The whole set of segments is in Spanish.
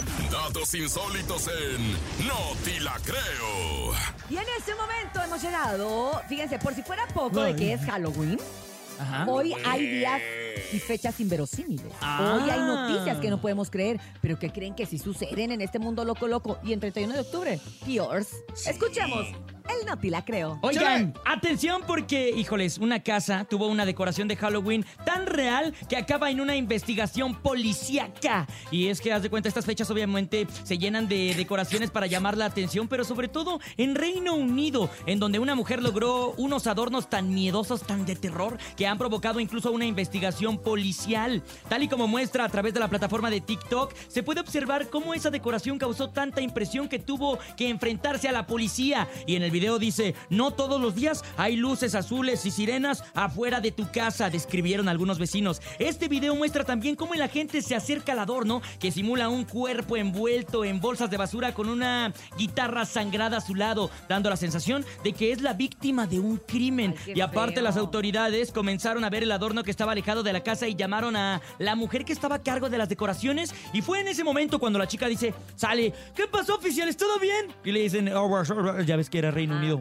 Datos insólitos en No Te La Creo. Y en este momento hemos llegado, fíjense, por si fuera poco de que es Halloween, hoy hay días y fechas inverosímiles. Hoy hay noticias que no podemos creer, pero que creen que sí suceden en este mundo loco. Y el 31 de octubre, yours. Escuchemos. El No Te La Creo. Oigan, atención porque, híjoles, una casa tuvo una decoración de Halloween tan real que acaba en una investigación policíaca. Y es que, haz de cuenta, estas fechas obviamente se llenan de decoraciones para llamar la atención, pero sobre todo en Reino Unido, en donde una mujer logró unos adornos tan miedosos, tan de terror, que han provocado incluso una investigación policial. Tal y como muestra a través de la plataforma de TikTok, se puede observar cómo esa decoración causó tanta impresión que tuvo que enfrentarse a la policía. Y en el video dice: no todos los días hay luces azules y sirenas afuera de tu casa, describieron algunos vecinos. Este video muestra también cómo la gente se acerca al adorno, que simula un cuerpo envuelto en bolsas de basura con una guitarra sangrada a su lado, dando la sensación de que es la víctima de un crimen. Ay, y aparte, feo. las autoridades comenzaron a ver el adorno que estaba alejado de la casa y llamaron a la mujer que estaba a cargo de las decoraciones. Y fue en ese momento cuando la chica dice: sale, ¿qué pasó, oficiales? ¿Todo bien? Y le dicen: ya ves que era Reino Unido.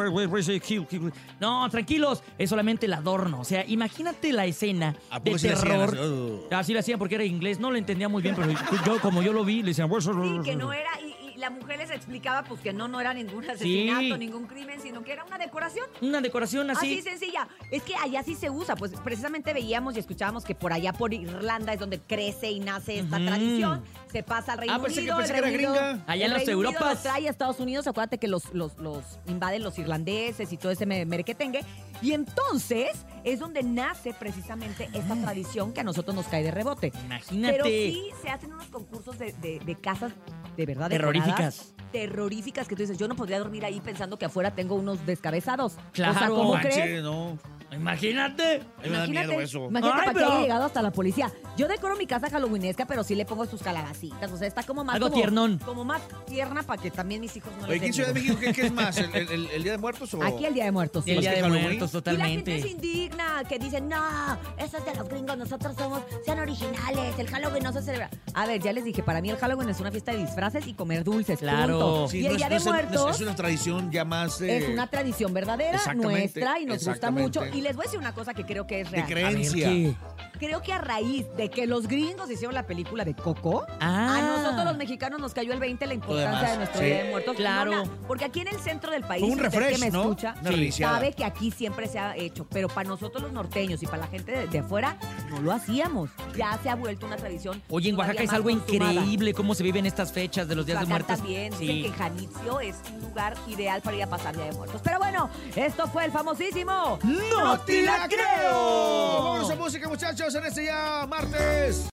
No, tranquilos, es solamente el adorno. O sea, imagínate la escena de terror. Así lo hacían porque era inglés, no lo entendía muy bien, pero como yo lo vi, le decían: Sí, que no era, y la mujer les explicaba pues que no era ningún asesinato, ningún crimen, sino que era una decoración. Una decoración así. Así sencilla. Es que allá sí se usa, pues precisamente veíamos y escuchábamos que por allá por Irlanda es donde crece y nace esta tradición. Se pasa al Reino Unido. Pensé que era gringa. Allá en las Europas. Los trae a Estados Unidos. Acuérdate que los invaden los irlandeses y todo ese merequetengue. Y entonces es donde nace precisamente esta tradición que a nosotros nos cae de rebote. Imagínate. Pero sí se hacen unos concursos de casas de verdad terroríficas que tú dices: yo no podría dormir ahí pensando que afuera tengo unos descabezados. Claro. O sea, ¿cómo Manche, crees? no. Imagínate. A mí me da miedo eso. Imagínate Ay, para pero- que haya llegado hasta la policía. Yo decoro mi casa halloweenesca, pero sí le pongo sus calabacitas. O sea, está como más... Algo tiernón. Como más tierna para que también mis hijos no Oye, les ¿aquí en den Ciudad de miedo. México qué es más? ¿El Día de Muertos o...? Aquí el Día de Muertos, sí. El Día que de Halloween. Muertos, Y la gente totalmente. se indigna, que dicen: no, eso es de los gringos, nosotros sean originales, el Halloween no se celebra. A ver, ya les dije, para mí el Halloween es una fiesta de disfraces y comer dulces, Claro. punto. Sí, Y el Día de Muertos es una tradición ya más de... es una tradición verdadera, Exactamente, nuestra, y nos gusta exactamente. mucho. Y les voy a decir una cosa que creo que es de real. creencia. Creo que a raíz de que los gringos hicieron la película de Coco, Ah. a nosotros los mexicanos nos cayó el 20 la importancia demás, de nuestro sí. Día de Muertos. Claro. No, porque aquí en el centro del país, Fue un usted refresh, que me ¿no? escucha, Una reiniciada. sabe que aquí siempre se ha hecho. Pero para nosotros los norteños y para la gente de afuera, no lo hacíamos. Ya se ha vuelto una tradición. Oye, en todavía Oaxaca es más algo consumada. increíble cómo se viven estas fechas de los Días de Oaxaca Muertos. también. Sí. Dicen que Janitzio es un lugar ideal para ir a pasar Día de Muertos. Pero bueno, esto fue el famosísimo ¡No te la creo! Vamos a música, muchachos, en este ya martes.